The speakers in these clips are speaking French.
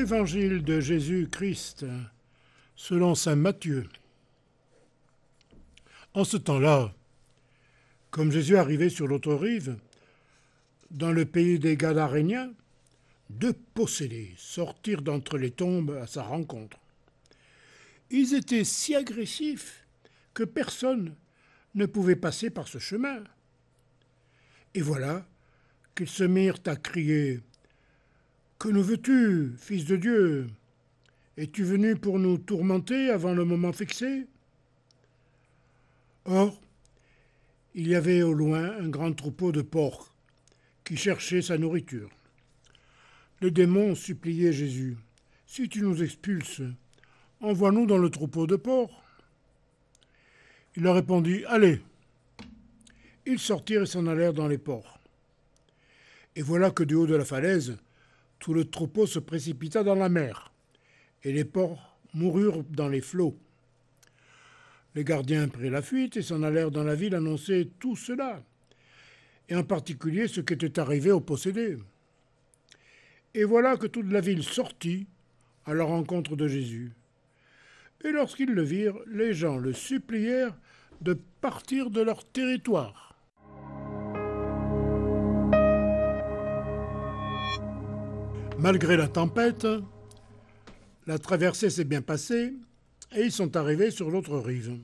Évangile de Jésus-Christ selon saint Matthieu. En ce temps-là, comme Jésus arrivait sur l'autre rive, dans le pays des Gadaréniens, 2 possédés sortirent d'entre les tombes à sa rencontre. Ils étaient si agressifs que personne ne pouvait passer par ce chemin. Et voilà qu'ils se mirent à crier « Que nous veux-tu, Fils de Dieu? Es-tu venu pour nous tourmenter avant le moment fixé ?» Or, il y avait au loin un grand troupeau de porcs qui cherchait sa nourriture. Les démons suppliaient Jésus « Si tu nous expulses, envoie-nous dans le troupeau de porcs. » Il leur répondit « Allez !» Ils sortirent et s'en allèrent dans les porcs. Et voilà que du haut de la falaise, tout le troupeau se précipita dans la mer, et les porcs moururent dans les flots. Les gardiens prirent la fuite et s'en allèrent dans la ville annoncer tout cela, et en particulier ce qui était arrivé aux possédés. Et voilà que toute la ville sortit à la rencontre de Jésus. Et lorsqu'ils le virent, les gens le supplièrent de partir de leur territoire. Malgré la tempête, la traversée s'est bien passée et ils sont arrivés sur l'autre rive.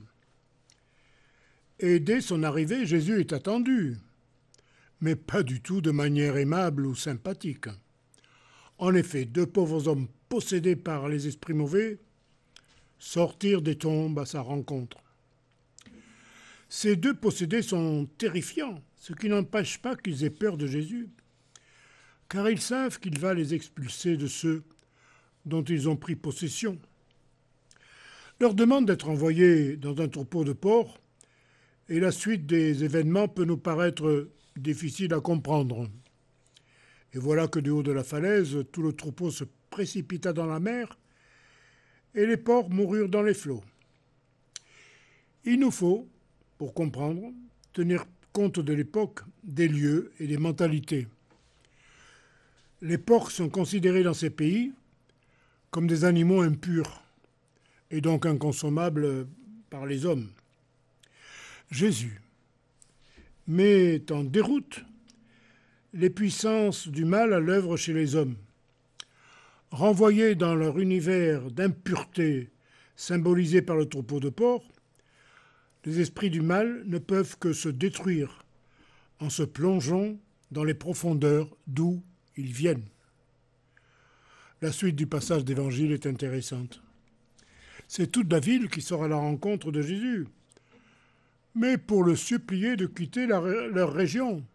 Et dès son arrivée, Jésus est attendu, mais pas du tout de manière aimable ou sympathique. En effet, 2 pauvres hommes possédés par les esprits mauvais sortirent des tombes à sa rencontre. Ces 2 possédés sont terrifiants, ce qui n'empêche pas qu'ils aient peur de Jésus, car ils savent qu'il va les expulser de ceux dont ils ont pris possession. Leur demande d'être envoyés dans un troupeau de porcs et la suite des événements peut nous paraître difficile à comprendre. Et voilà que du haut de la falaise, tout le troupeau se précipita dans la mer et les porcs moururent dans les flots. Il nous faut, pour comprendre, tenir compte de l'époque, des lieux et des mentalités. Les porcs sont considérés dans ces pays comme des animaux impurs et donc inconsommables par les hommes. Jésus met en déroute les puissances du mal à l'œuvre chez les hommes. Renvoyés dans leur univers d'impureté symbolisé par le troupeau de porcs, les esprits du mal ne peuvent que se détruire en se plongeant dans les profondeurs d'où ils viennent. La suite du passage d'Évangile est intéressante. C'est toute la ville qui sort à la rencontre de Jésus, mais pour le supplier de quitter leur région.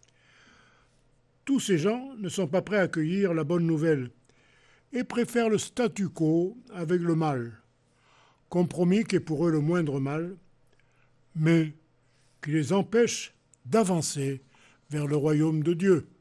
Tous ces gens ne sont pas prêts à accueillir la bonne nouvelle et préfèrent le statu quo avec le mal, compromis qui est pour eux le moindre mal, mais qui les empêche d'avancer vers le royaume de Dieu.